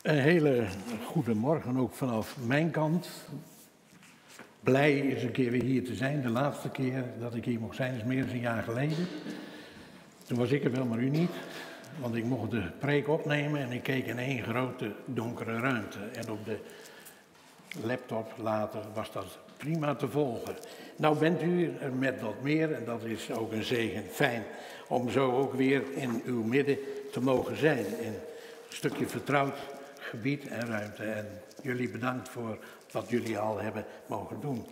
Een hele goede morgen ook vanaf mijn kant. Blij is een keer weer hier te zijn. De laatste keer dat ik hier mocht zijn is meer dan een jaar geleden. Toen was ik er wel, maar u niet. Want ik mocht de preek opnemen en ik keek in één grote donkere ruimte. En op de laptop later was dat prima te volgen. Nou bent u er met wat meer en dat is ook een zegen. Fijn om zo ook weer in uw midden te mogen zijn. In een stukje vertrouwd gebied en ruimte. En jullie bedankt voor wat jullie al hebben mogen doen.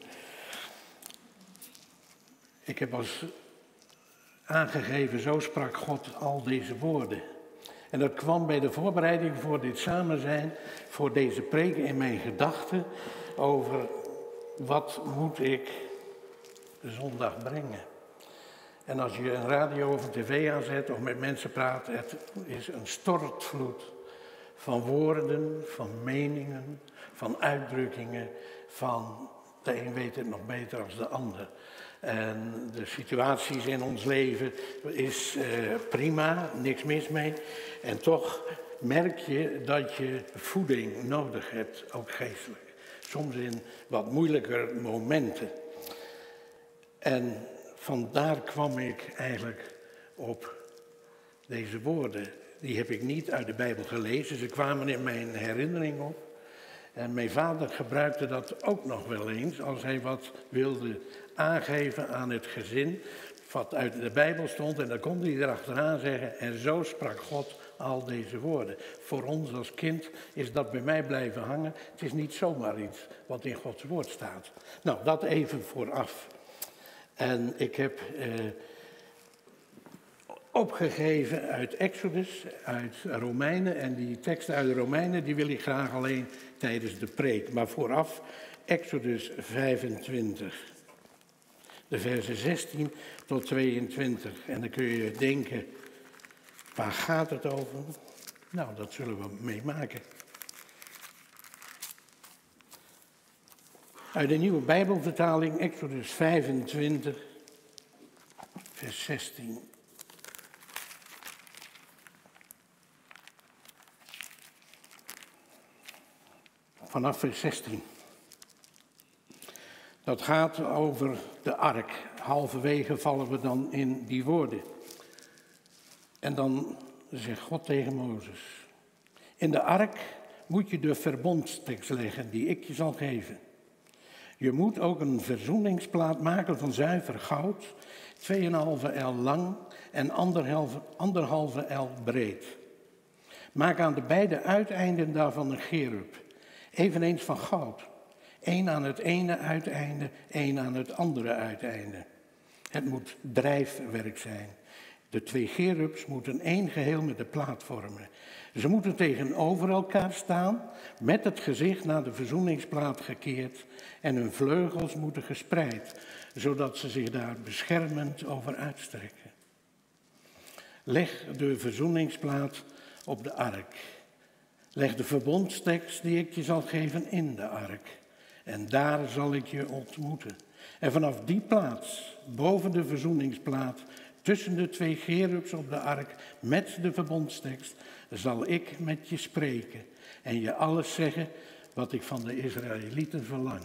Ik heb als aangegeven, zo sprak God al deze woorden. En dat kwam bij de voorbereiding voor dit samen zijn, voor deze preek in mijn gedachten over wat moet ik zondag brengen. En als je een radio of een tv aanzet of met mensen praat, het is een stortvloed van woorden, van meningen, van uitdrukkingen, van de een weet het nog beter dan de ander. En de situaties in ons leven is prima, niks mis mee. En toch merk je dat je voeding nodig hebt, ook geestelijk. Soms in wat moeilijker momenten. En vandaar kwam ik eigenlijk op deze woorden. Die heb ik niet uit de Bijbel gelezen, ze kwamen in mijn herinnering op. En mijn vader gebruikte dat ook nog wel eens als hij wat wilde aangeven aan het gezin, wat uit de Bijbel stond. En dan kon hij erachteraan zeggen, en zo sprak God al deze woorden. Voor ons als kind is dat bij mij blijven hangen. Het is niet zomaar iets wat in Gods woord staat. Nou, dat even vooraf. En ik heb opgegeven uit Exodus, uit Romeinen. En die teksten uit de Romeinen, die wil ik graag alleen tijdens de preek. Maar vooraf, Exodus 25. De versen 16 tot 22. En dan kun je denken, waar gaat het over? Nou, dat zullen we meemaken. Uit de nieuwe Bijbelvertaling, Exodus 25, vers 16. Vanaf vers 16. Dat gaat over de ark. Halverwege vallen we dan in die woorden. En dan zegt God tegen Mozes: in de ark moet je de verbondstekst leggen die ik je zal geven. Je moet ook een verzoeningsplaat maken van zuiver goud, 2,5 el lang en 1,5 el breed. Maak aan de beide uiteinden daarvan een cherub, eveneens van goud. 1 aan het ene uiteinde, 1 aan het andere uiteinde. Het moet drijfwerk zijn. De 2 cherubs moeten één geheel met de plaat vormen. Ze moeten tegenover elkaar staan, met het gezicht naar de verzoeningsplaat gekeerd. En hun vleugels moeten gespreid, zodat ze zich daar beschermend over uitstrekken. Leg de verzoeningsplaat op de ark. Leg de verbondstekst die ik je zal geven in de ark. En daar zal ik je ontmoeten. En vanaf die plaats, boven de verzoeningsplaat, tussen de 2 cherubs op de ark, met de verbondstekst, zal ik met je spreken en je alles zeggen wat ik van de Israëlieten verlang.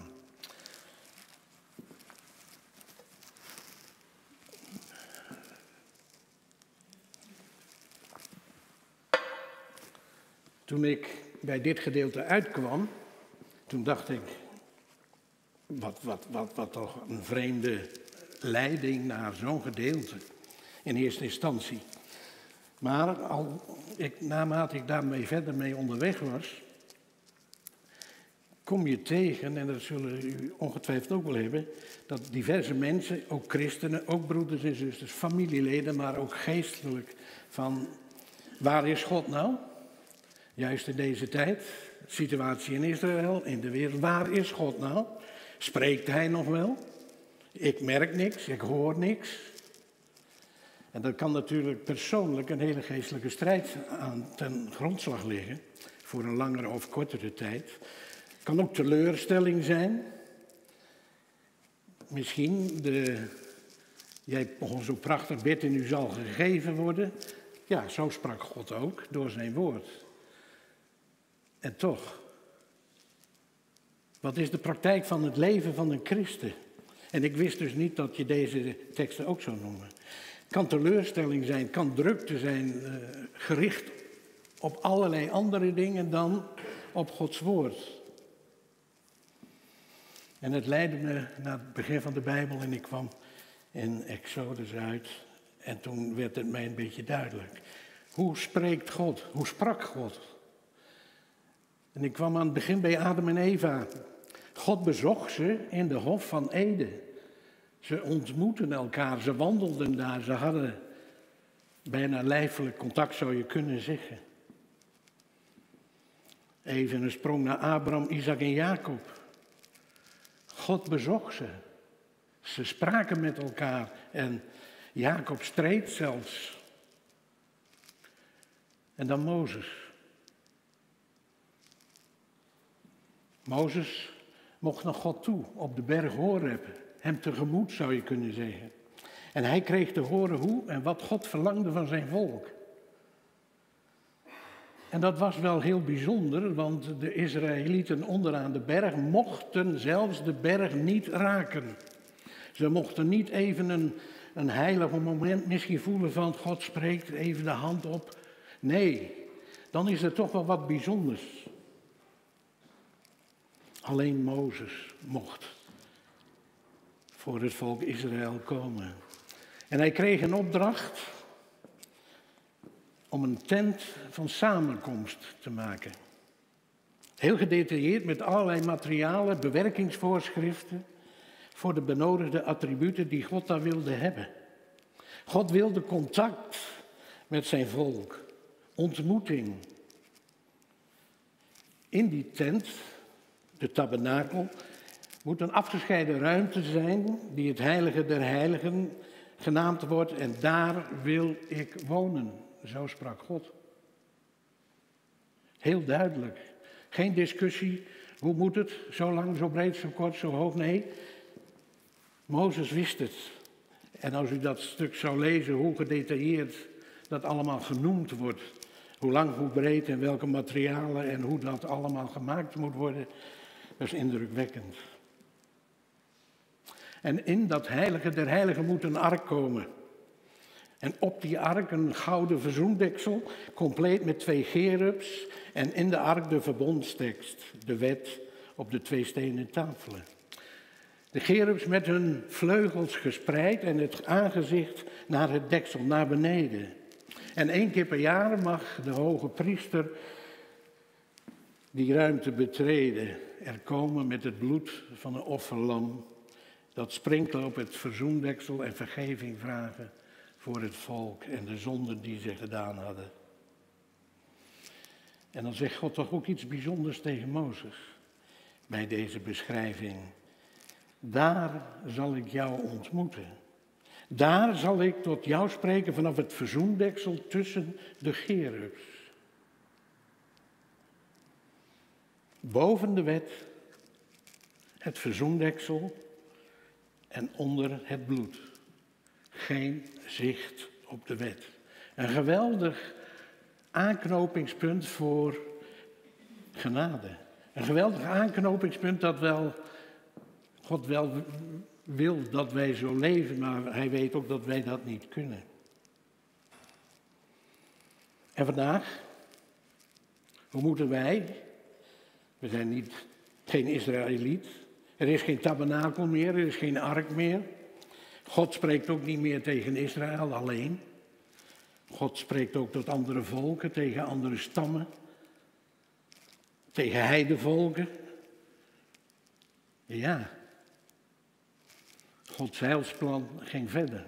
Toen ik bij dit gedeelte uitkwam, toen dacht ik, wat toch een vreemde leiding naar zo'n gedeelte in eerste instantie. Maar naarmate ik daarmee verder mee onderweg was, kom je tegen, en dat zullen u ongetwijfeld ook wel hebben, dat diverse mensen, ook christenen, ook broeders en zusters, familieleden, maar ook geestelijk, van waar is God nou? Juist in deze tijd, situatie in Israël, in de wereld, waar is God nou? Spreekt hij nog wel? Ik merk niks, ik hoor niks. En dat kan natuurlijk persoonlijk een hele geestelijke strijd aan ten grondslag liggen, voor een langere of kortere tijd. Het kan ook teleurstelling zijn. Misschien, jij begon zo prachtig, bid en u zal gegeven worden. Ja, zo sprak God ook, door zijn woord. En toch, wat is de praktijk van het leven van een christen? En ik wist dus niet dat je deze teksten ook zou noemen. Kan teleurstelling zijn, kan drukte zijn, gericht op allerlei andere dingen dan op Gods woord. En het leidde me naar het begin van de Bijbel en ik kwam in Exodus uit. En toen werd het mij een beetje duidelijk. Hoe spreekt God? Hoe sprak God? En ik kwam aan het begin bij Adam en Eva. God bezocht ze in de hof van Eden. Ze ontmoetten elkaar, ze wandelden daar, ze hadden bijna lijfelijk contact, zou je kunnen zeggen. Even een sprong naar Abraham, Isaac en Jacob. God bezocht ze. Ze spraken met elkaar en Jacob streed zelfs. En dan Mozes. Mozes mocht naar God toe, op de berg Horeb. Hem tegemoet zou je kunnen zeggen. En hij kreeg te horen hoe en wat God verlangde van zijn volk. En dat was wel heel bijzonder, want de Israëlieten onderaan de berg mochten zelfs de berg niet raken. Ze mochten niet even een heilig moment misschien voelen van God spreekt even de hand op. Nee, dan is er toch wel wat bijzonders. Alleen Mozes mocht voor het volk Israël komen. En hij kreeg een opdracht om een tent van samenkomst te maken. Heel gedetailleerd met allerlei materialen, bewerkingsvoorschriften voor de benodigde attributen die God daar wilde hebben. God wilde contact met zijn volk, ontmoeting. In die tent, de tabernakel, moet een afgescheiden ruimte zijn die het heilige der heiligen genaamd wordt en daar wil ik wonen. Zo sprak God. Heel duidelijk. Geen discussie, hoe moet het, zo lang, zo breed, zo kort, zo hoog, nee. Mozes wist het. En als u dat stuk zou lezen, hoe gedetailleerd dat allemaal genoemd wordt, hoe lang, hoe breed en welke materialen en hoe dat allemaal gemaakt moet worden, dat is indrukwekkend. En in dat heilige der heiligen moet een ark komen. En op die ark een gouden verzoendeksel, compleet met 2 cherubs. En in de ark de verbondstekst, de wet op de 2 stenen tafelen. De cherubs met hun vleugels gespreid en het aangezicht naar het deksel, naar beneden. En 1 keer per jaar mag de hoge priester die ruimte betreden. Er komen met het bloed van een offerlam. Dat sprinkelen op het verzoendeksel en vergeving vragen voor het volk en de zonden die ze gedaan hadden. En dan zegt God toch ook iets bijzonders tegen Mozes bij deze beschrijving. Daar zal ik jou ontmoeten. Daar zal ik tot jou spreken vanaf het verzoendeksel tussen de cherubs. Boven de wet, het verzoendeksel en onder het bloed. Geen zicht op de wet. Een geweldig aanknopingspunt voor genade. Een geweldig aanknopingspunt dat God wel wil dat wij zo leven, maar hij weet ook dat wij dat niet kunnen. En vandaag, hoe moeten wij? We zijn geen Israëliet. Er is geen tabernakel meer, er is geen ark meer. God spreekt ook niet meer tegen Israël alleen. God spreekt ook tot andere volken, tegen andere stammen. Tegen heidevolken. Ja. Gods heilsplan ging verder.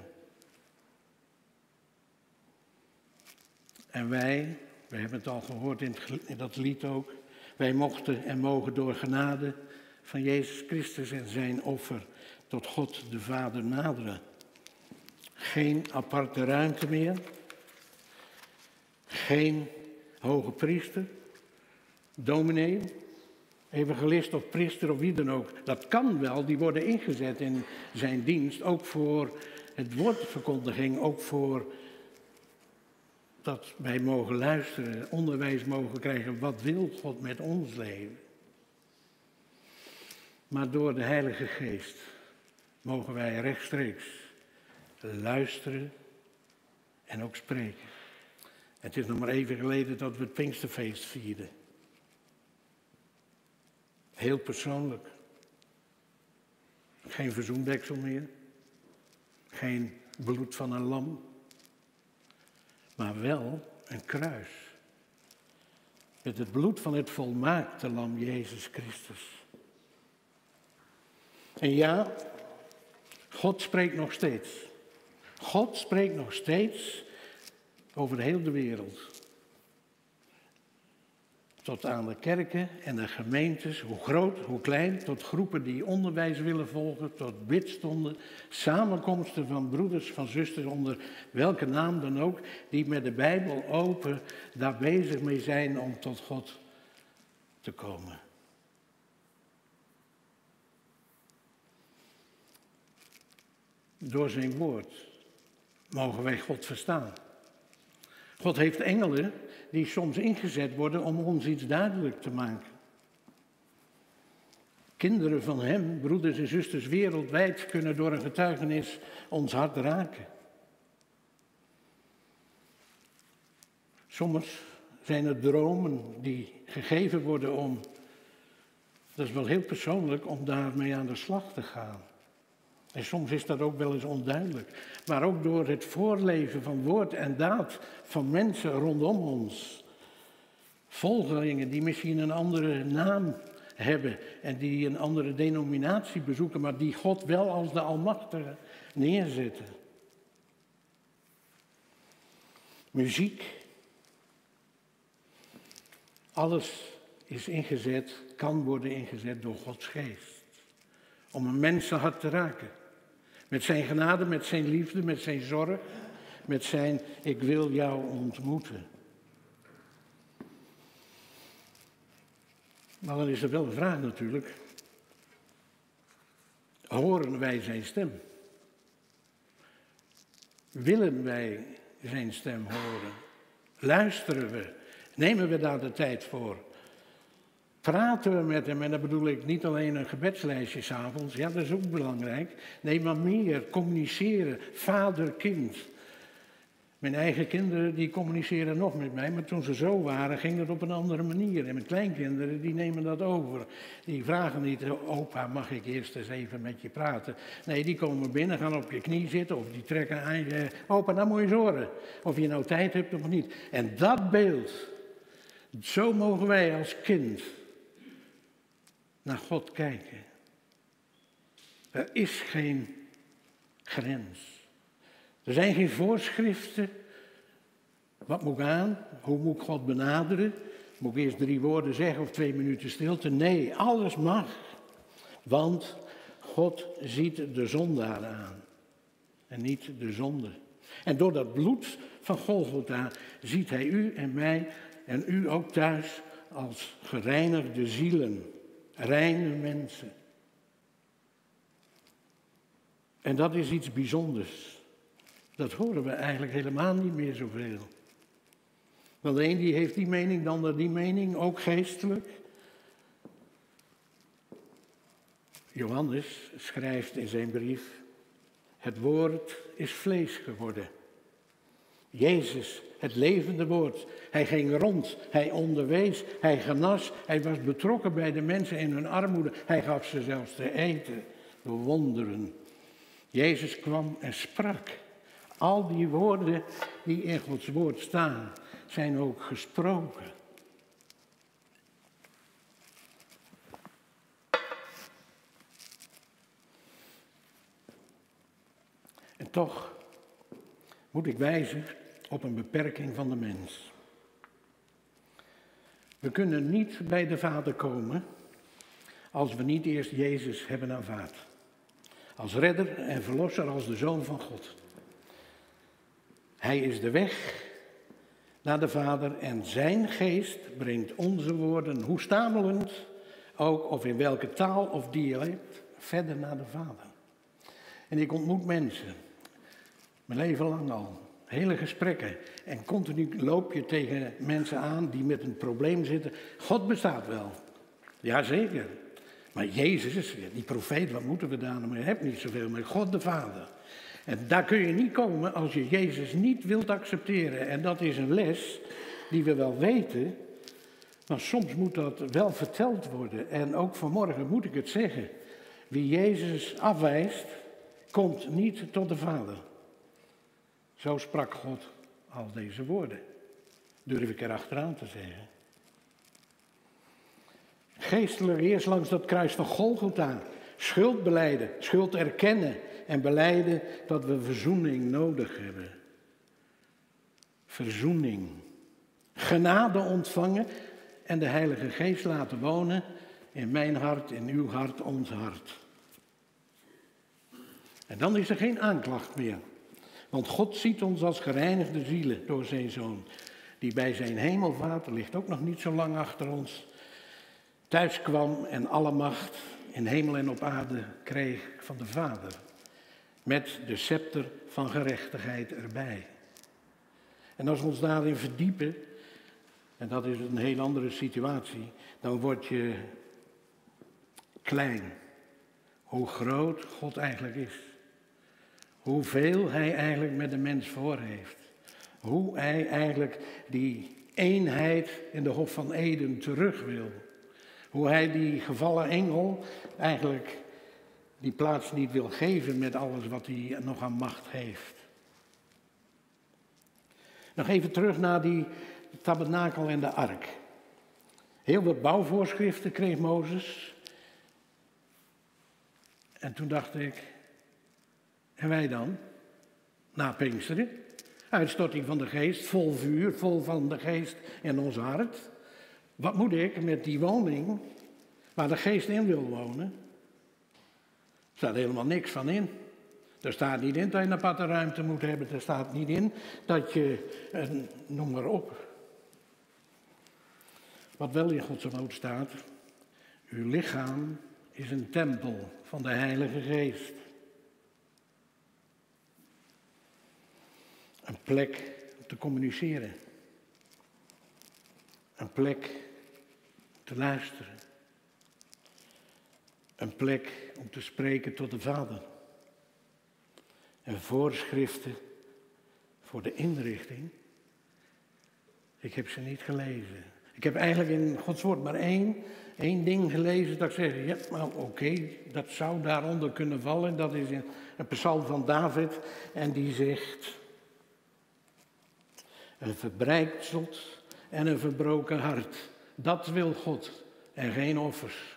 En wij hebben het al gehoord in dat lied ook. Wij mochten en mogen door genade van Jezus Christus en zijn offer tot God de Vader naderen. Geen aparte ruimte meer. Geen hoge priester, dominee, evangelist of priester of wie dan ook. Dat kan wel, die worden ingezet in zijn dienst, ook voor het woordverkondiging, ook voor dat wij mogen luisteren, onderwijs mogen krijgen, wat wil God met ons leven? Maar door de Heilige Geest mogen wij rechtstreeks luisteren en ook spreken. Het is nog maar even geleden dat we het Pinksterfeest vierden. Heel persoonlijk. Geen verzoendeksel meer. Geen bloed van een lam. Maar wel een kruis. Met het bloed van het volmaakte lam Jezus Christus. En ja, God spreekt nog steeds. God spreekt nog steeds over heel de wereld. Tot aan de kerken en de gemeentes, hoe groot, hoe klein, tot groepen die onderwijs willen volgen, tot bidstonden, samenkomsten van broeders, van zusters, onder welke naam dan ook, die met de Bijbel open daar bezig mee zijn om tot God te komen. Door zijn woord mogen wij God verstaan. God heeft engelen die soms ingezet worden om ons iets duidelijk te maken. Kinderen van hem, broeders en zusters wereldwijd, kunnen door een getuigenis ons hart raken. Soms zijn het dromen die gegeven worden om, dat is wel heel persoonlijk, om daarmee aan de slag te gaan. En soms is dat ook wel eens onduidelijk. Maar ook door het voorleven van woord en daad van mensen rondom ons. Volgelingen die misschien een andere naam hebben en die een andere denominatie bezoeken, maar die God wel als de Almachtige neerzetten. Muziek. Alles is ingezet, kan worden ingezet door Gods geest. Om een mensenhart te raken. Met zijn genade, met zijn liefde, met zijn zorg, met zijn ik wil jou ontmoeten. Maar dan is er wel een vraag natuurlijk. Horen wij zijn stem? Willen wij zijn stem horen? Luisteren we? Nemen we daar de tijd voor? Praten we met hem, en dat bedoel ik niet alleen een gebedslijstje 's avonds, ja dat is ook belangrijk. Nee, maar meer, communiceren, vader, kind. Mijn eigen kinderen die communiceren nog met mij, maar toen ze zo waren ging het op een andere manier. En mijn kleinkinderen die nemen dat over. Die vragen niet, opa mag ik eerst eens even met je praten. Nee, die komen binnen, gaan op je knie zitten of die trekken aan je. Opa, dan moet je eens horen of je nou tijd hebt of niet. En dat beeld, zo mogen wij als kind naar God kijken. Er is geen grens. Er zijn geen voorschriften. Wat moet ik aan? Hoe moet ik God benaderen? Moet ik eerst 3 woorden zeggen of 2 minuten stilte? Nee, alles mag. Want God ziet de zondaar aan. En niet de zonde. En door dat bloed van Golgotha ziet hij u en mij en u ook thuis als gereinigde zielen. Reine mensen. En dat is iets bijzonders. Dat horen we eigenlijk helemaal niet meer zoveel. Want de een die heeft die mening, de ander die mening, ook geestelijk. Johannes schrijft in zijn brief, het woord is vlees geworden. Jezus, het levende woord. Hij ging rond, hij onderwees, hij genas, hij was betrokken bij de mensen in hun armoede. Hij gaf ze zelfs te eten, bewonderen. Jezus kwam en sprak. Al die woorden die in Gods woord staan, zijn ook gesproken. En toch moet ik wijzen op een beperking van de mens. We kunnen niet bij de Vader komen als we niet eerst Jezus hebben aanvaard. Als redder en verlosser, als de Zoon van God. Hij is de weg naar de Vader en zijn geest brengt onze woorden, hoe stamelend ook, of in welke taal of dialect, verder naar de Vader. En ik ontmoet mensen, mijn leven lang al. Hele gesprekken. En continu loop je tegen mensen aan die met een probleem zitten. God bestaat wel. Jazeker. Maar Jezus, die profeet, wat moeten we daar nou mee? Je hebt niet zoveel mee. God de Vader. En daar kun je niet komen als je Jezus niet wilt accepteren. En dat is een les die we wel weten. Maar soms moet dat wel verteld worden. En ook vanmorgen moet ik het zeggen. Wie Jezus afwijst, komt niet tot de Vader. Zo sprak God al deze woorden. Durf ik er achteraan te zeggen. Geestelijk eerst langs dat kruis van Golgotha. Schuld belijden, schuld erkennen en belijden dat we verzoening nodig hebben. Verzoening. Genade ontvangen en de Heilige Geest laten wonen in mijn hart, in uw hart, ons hart. En dan is er geen aanklacht meer. Want God ziet ons als gereinigde zielen door zijn Zoon. Die bij zijn hemelvaart, er ligt ook nog niet zo lang achter ons, thuis kwam en alle macht in hemel en op aarde kreeg van de Vader. Met de scepter van gerechtigheid erbij. En als we ons daarin verdiepen, en dat is een heel andere situatie, dan word je klein. Hoe groot God eigenlijk is. Hoeveel hij eigenlijk met de mens voor heeft. Hoe hij eigenlijk die eenheid in de Hof van Eden terug wil. Hoe hij die gevallen engel eigenlijk die plaats niet wil geven met alles wat hij nog aan macht heeft. Nog even terug naar die tabernakel en de ark. Heel wat bouwvoorschriften kreeg Mozes. En toen dacht ik, en wij dan? Na Pinksteren, uitstorting van de geest, vol vuur, vol van de geest in ons hart. Wat moet ik met die woning waar de geest in wil wonen? Er staat helemaal niks van in. Er staat niet in dat je een aparte ruimte moet hebben. Er staat niet in dat je, noem maar op. Wat wel in Gods woord staat, uw lichaam is een tempel van de Heilige Geest. Een plek om te communiceren. Een plek om te luisteren. Een plek om te spreken tot de Vader. En voorschriften voor de inrichting. Ik heb ze niet gelezen. Ik heb eigenlijk in Gods woord maar één ding gelezen dat ik zeg, ja, maar oké, dat zou daaronder kunnen vallen. Dat is een psalm van David en die zegt, een verbrijzeld en een verbroken hart, dat wil God en geen offers.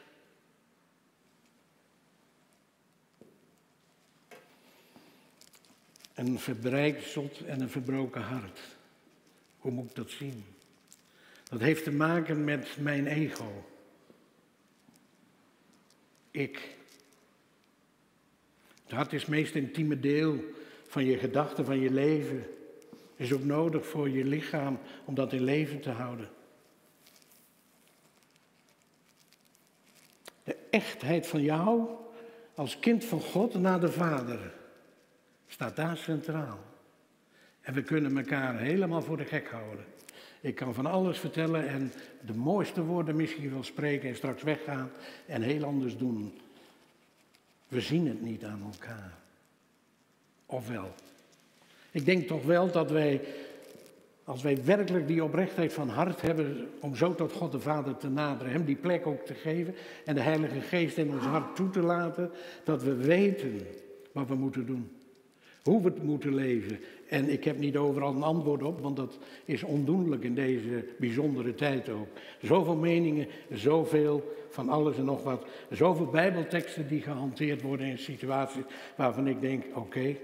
Een verbrijzeld en een verbroken hart. Hoe moet ik dat zien? Dat heeft te maken met mijn ego. Ik. Het hart is het meest intieme deel van je gedachten, van je leven. Is ook nodig voor je lichaam om dat in leven te houden. De echtheid van jou als kind van God naar de Vader staat daar centraal. En we kunnen elkaar helemaal voor de gek houden. Ik kan van alles vertellen en de mooiste woorden misschien wel spreken en straks weggaan en heel anders doen. We zien het niet aan elkaar. Of wel? Ik denk toch wel dat wij, als wij werkelijk die oprechtheid van hart hebben om zo tot God de Vader te naderen, hem die plek ook te geven en de Heilige Geest in ons hart toe te laten, dat we weten wat we moeten doen. Hoe we het moeten leven. En ik heb niet overal een antwoord op, want dat is ondoenlijk in deze bijzondere tijd ook. Zoveel meningen, zoveel van alles en nog wat. Zoveel bijbelteksten die gehanteerd worden in situaties waarvan ik denk, oké,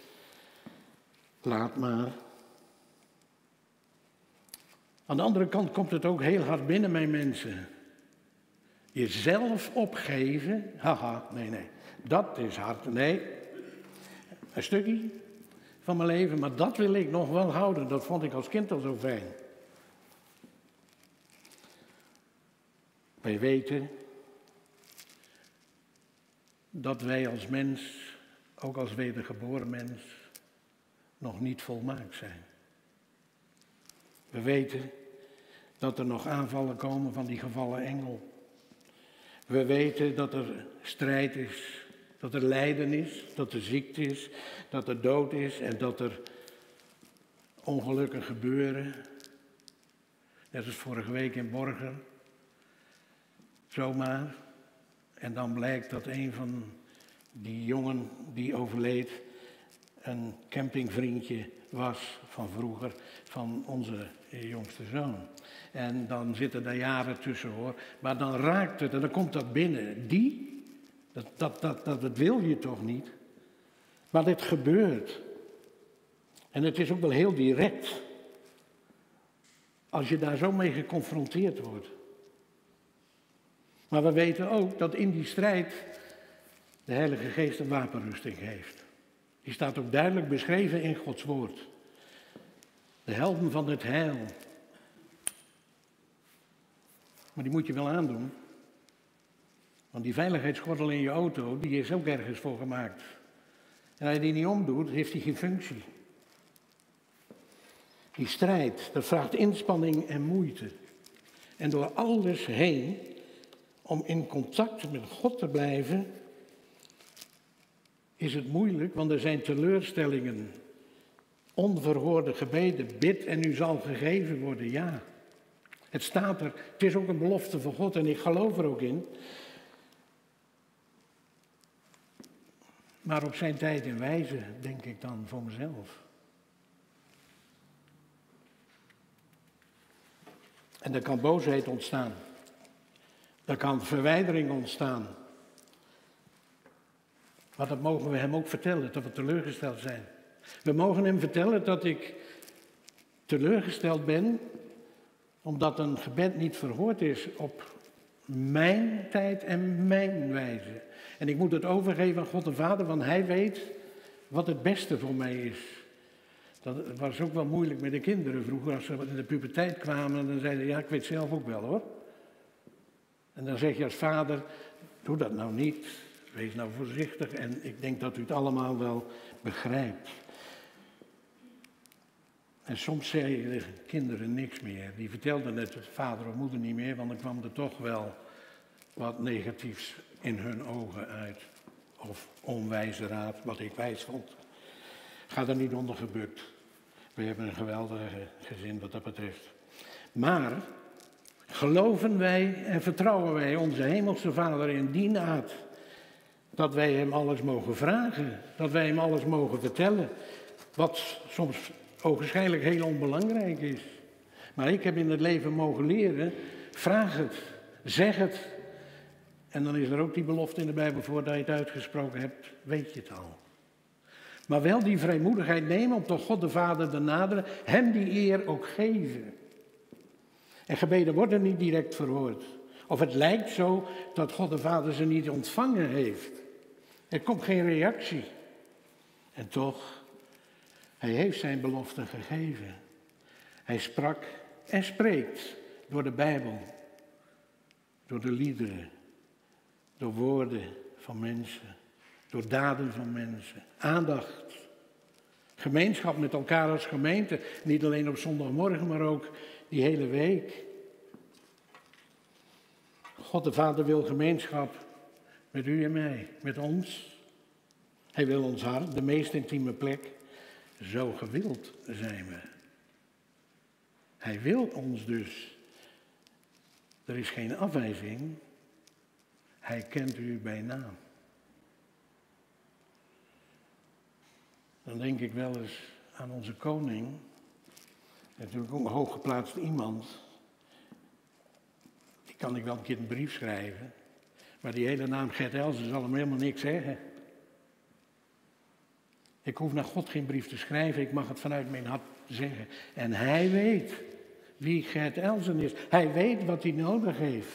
laat maar. Aan de andere kant komt het ook heel hard binnen bij mensen. Jezelf opgeven, haha, nee, dat is hard, nee. Een stukje van mijn leven, maar dat wil ik nog wel houden. Dat vond ik als kind al zo fijn. Wij weten dat wij als mens, ook als wedergeboren mens, nog niet volmaakt zijn. We weten dat er nog aanvallen komen van die gevallen engel. We weten dat er strijd is, dat er lijden is, dat er ziekte is, dat er dood is en dat er ongelukken gebeuren. Net als vorige week in Borger. Zomaar. En dan blijkt dat een van die jongen die overleed een campingvriendje was van vroeger, van onze jongste zoon. En dan zitten daar jaren tussen hoor. Maar dan raakt het en dan komt dat binnen. Dat wil je toch niet? Maar dit gebeurt. En het is ook wel heel direct. Als je daar zo mee geconfronteerd wordt. Maar we weten ook dat in die strijd de Heilige Geest een wapenrusting heeft. Die staat ook duidelijk beschreven in Gods woord. De helm van het heil. Maar die moet je wel aandoen. Want die veiligheidsgordel in je auto, die is ook ergens voor gemaakt. En als je die niet omdoet, heeft die geen functie. Die strijd, dat vraagt inspanning en moeite. En door alles heen, om in contact met God te blijven, is het moeilijk, want er zijn teleurstellingen, onverhoorde gebeden, bid en u zal gegeven worden, ja. Het staat er, het is ook een belofte van God en ik geloof er ook in. Maar op zijn tijd en wijze, denk ik dan voor mezelf. En er kan boosheid ontstaan. Er kan verwijdering ontstaan. Maar dat mogen we hem ook vertellen, dat we teleurgesteld zijn. We mogen hem vertellen dat ik teleurgesteld ben, omdat een gebed niet verhoord is op mijn tijd en mijn wijze. En ik moet het overgeven aan God de Vader, want hij weet wat het beste voor mij is. Dat was ook wel moeilijk met de kinderen vroeger. Als ze in de puberteit kwamen, dan zeiden ze, ja, ik weet zelf ook wel hoor. En dan zeg je als vader, doe dat nou niet. Wees nou voorzichtig en ik denk dat u het allemaal wel begrijpt. En soms zeiden de kinderen niks meer. Die vertelden het vader of moeder niet meer, want dan kwam er toch wel wat negatiefs in hun ogen uit. Of onwijze raad, wat ik wijs vond. Ga er niet onder gebukt. We hebben een geweldige gezin wat dat betreft. Maar geloven wij en vertrouwen wij onze hemelse Vader in die naad dat wij hem alles mogen vragen, dat wij hem alles mogen vertellen, wat soms ogenschijnlijk heel onbelangrijk is. Maar ik heb in het leven mogen leren, vraag het, zeg het. En dan is er ook die belofte in de Bijbel, voordat je het uitgesproken hebt, weet je het al. Maar wel die vrijmoedigheid nemen om tot God de Vader te naderen, hem die eer ook geven. En gebeden worden niet direct verhoord. Of het lijkt zo dat God de Vader ze niet ontvangen heeft. Er komt geen reactie. En toch, hij heeft zijn belofte gegeven. Hij sprak en spreekt door de Bijbel, door de liederen, door woorden van mensen, door daden van mensen, aandacht. Gemeenschap met elkaar als gemeente, niet alleen op zondagmorgen, maar ook die hele week. God de Vader wil gemeenschap met u en mij, met ons. Hij wil ons hart, de meest intieme plek. Zo gewild zijn we. Hij wil ons dus. Er is geen afwijzing. Hij kent u bij naam. Dan denk ik wel eens aan onze koning. Natuurlijk ook een hooggeplaatst iemand. Die kan ik wel een keer een brief schrijven. Maar die hele naam Gert Elsen zal hem helemaal niks zeggen. Ik hoef naar God geen brief te schrijven. Ik mag het vanuit mijn hart zeggen. En hij weet wie Gert Elsen is. Hij weet wat hij nodig heeft.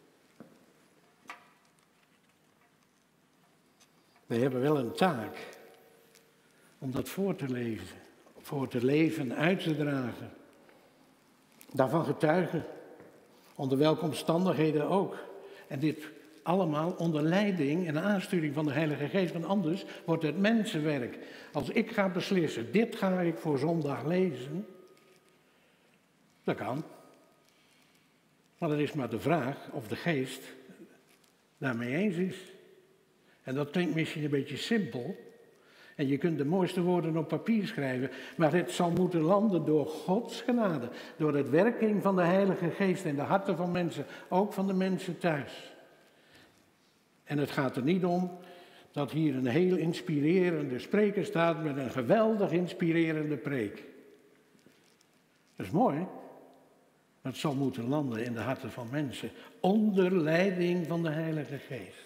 We hebben wel een taak om dat voor te leven, uit te dragen. Daarvan getuigen, onder welke omstandigheden ook. En dit Allemaal onder leiding en aansturing van de Heilige Geest, want anders wordt het mensenwerk. Als ik ga beslissen, dit ga ik voor zondag lezen, dat kan. Maar dan is maar de vraag of de Geest daarmee eens is. En dat klinkt misschien een beetje simpel. En je kunt de mooiste woorden op papier schrijven, maar het zal moeten landen door Gods genade. Door het werking van de Heilige Geest in de harten van mensen, ook van de mensen thuis. En het gaat er niet om dat hier een heel inspirerende spreker staat met een geweldig inspirerende preek. Dat is mooi, maar het zal moeten landen in de harten van mensen, onder leiding van de Heilige Geest.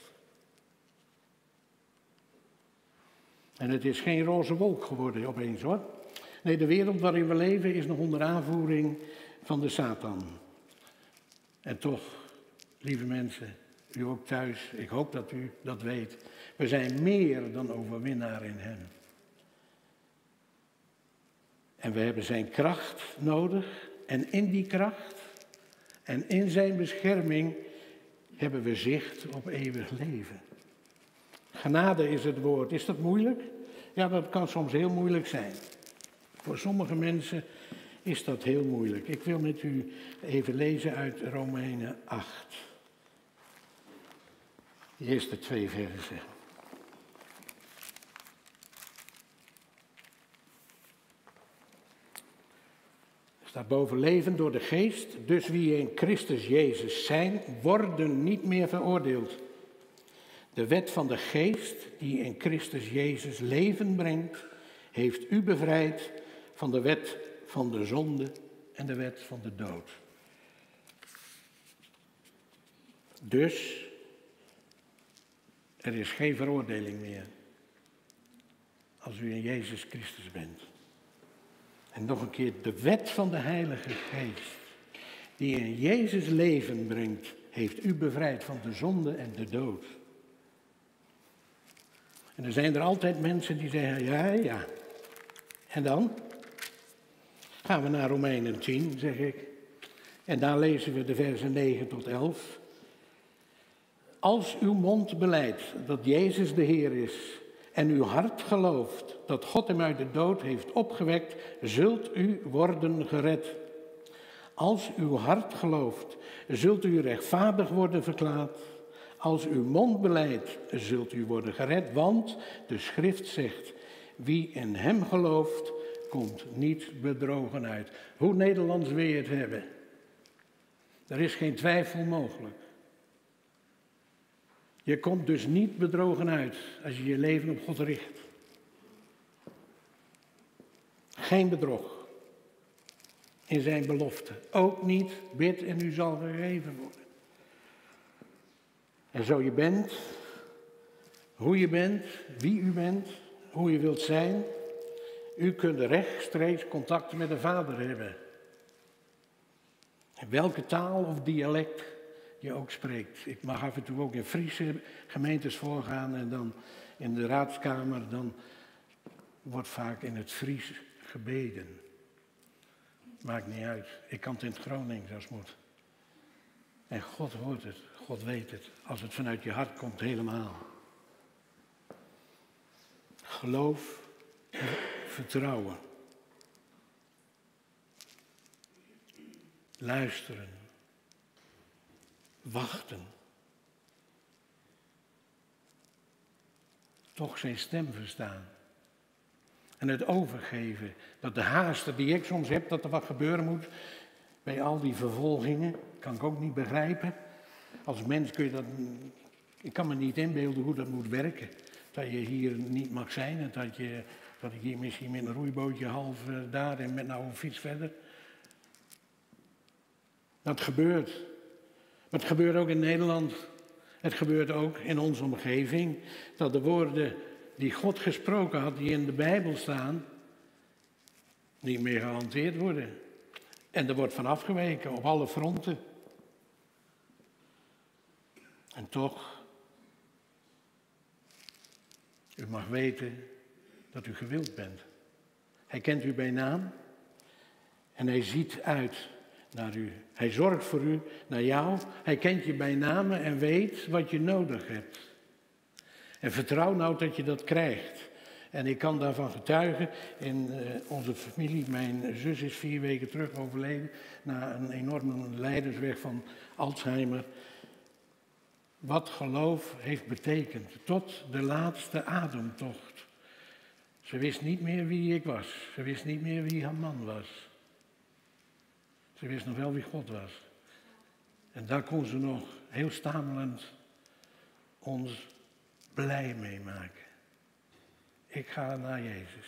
En het is geen roze wolk geworden opeens hoor. Nee, de wereld waarin we leven is nog onder aanvoering van de Satan. En toch, lieve mensen, u ook thuis, ik hoop dat u dat weet. We zijn meer dan overwinnaar in hem. En we hebben zijn kracht nodig. En in die kracht en in zijn bescherming hebben we zicht op eeuwig leven. Genade is het woord. Is dat moeilijk? Ja, dat kan soms heel moeilijk zijn. Voor sommige mensen is dat heel moeilijk. Ik wil met u even lezen uit Romeinen 8. De eerste 2 versen. Er staat boven: leven door de geest, dus wie in Christus Jezus zijn, worden niet meer veroordeeld. De wet van de geest, die in Christus Jezus leven brengt, heeft u bevrijd van de wet van de zonde en de wet van de dood. Dus, er is geen veroordeling meer als u in Jezus Christus bent. En nog een keer, de wet van de Heilige Geest, die in Jezus leven brengt, heeft u bevrijd van de zonde en de dood. En er zijn er altijd mensen die zeggen, ja. En dan? Gaan we naar Romeinen 10, zeg ik. En daar lezen we de versen 9 tot 11. Als uw mond belijdt dat Jezus de Heer is en uw hart gelooft dat God hem uit de dood heeft opgewekt, zult u worden gered. Als uw hart gelooft, zult u rechtvaardig worden verklaard. Als uw mond belijdt, zult u worden gered, want de schrift zegt, wie in hem gelooft, komt niet bedrogen uit. Hoe Nederlands wil je het hebben? Er is geen twijfel mogelijk. Je komt dus niet bedrogen uit als je je leven op God richt. Geen bedrog in zijn belofte. Ook niet, bid en u zal gegeven worden. En zo je bent, hoe je bent, wie u bent, hoe je wilt zijn, u kunt rechtstreeks contact met de Vader hebben. In welke taal of dialect je ook spreekt. Ik mag af en toe ook in Friese gemeentes voorgaan en dan in de raadskamer, dan wordt vaak in het Fries gebeden. Maakt niet uit, ik kan het in het Gronings als moet. En God hoort het, God weet het, als het vanuit je hart komt helemaal. Geloof, vertrouwen. Luisteren. Wachten. Toch zijn stem verstaan. En het overgeven, dat de haast die ik soms heb, dat er wat gebeuren moet bij al die vervolgingen, kan ik ook niet begrijpen. Als mens kun je dat, ik kan me niet inbeelden hoe dat moet werken. Dat je hier niet mag zijn en dat ik hier misschien met een roeibootje half daar en met nou een fiets verder. Dat gebeurt. Maar het gebeurt ook in Nederland. Het gebeurt ook in onze omgeving. Dat de woorden die God gesproken had, die in de Bijbel staan, niet meer gehanteerd worden. En er wordt van afgeweken op alle fronten. En toch, u mag weten dat u gewild bent. Hij kent u bij naam en hij ziet uit naar u. Hij zorgt voor u, naar jou. Hij kent je bij name en weet wat je nodig hebt. En vertrouw nou dat je dat krijgt. En ik kan daarvan getuigen. In onze familie, mijn zus is 4 weken terug overleden. Na een enorme lijdensweg van Alzheimer. Wat geloof heeft betekend. Tot de laatste ademtocht. Ze wist niet meer wie ik was. Ze wist niet meer wie haar man was. Ze wist nog wel wie God was. En daar kon ze nog heel stamelend ons blij mee maken. Ik ga naar Jezus.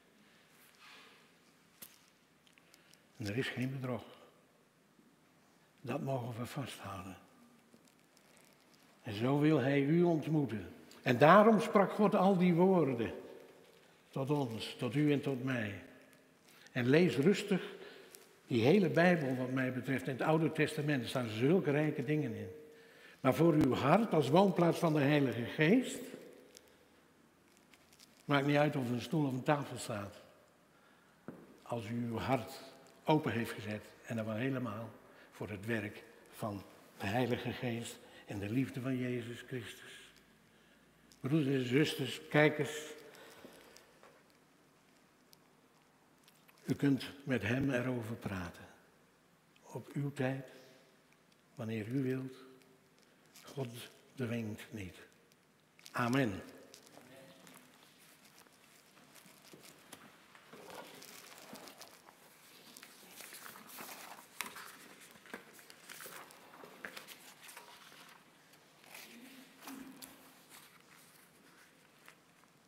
En er is geen bedrog. Dat mogen we vasthouden. En zo wil hij u ontmoeten. En daarom sprak God al die woorden. Tot ons, tot u en tot mij. En lees rustig die hele Bijbel wat mij betreft. In het Oude Testament staan zulke rijke dingen in. Maar voor uw hart als woonplaats van de Heilige Geest. Maakt niet uit of er een stoel of een tafel staat. Als u uw hart open heeft gezet. En dan wel helemaal voor het werk van de Heilige Geest. En de liefde van Jezus Christus. Broeders en zusters, kijkers. U kunt met hem erover praten. Op uw tijd. Wanneer u wilt. God dwingt niet. Amen.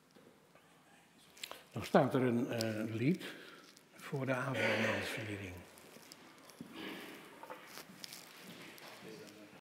Dan staat er een lied voor de avondmaalsviering.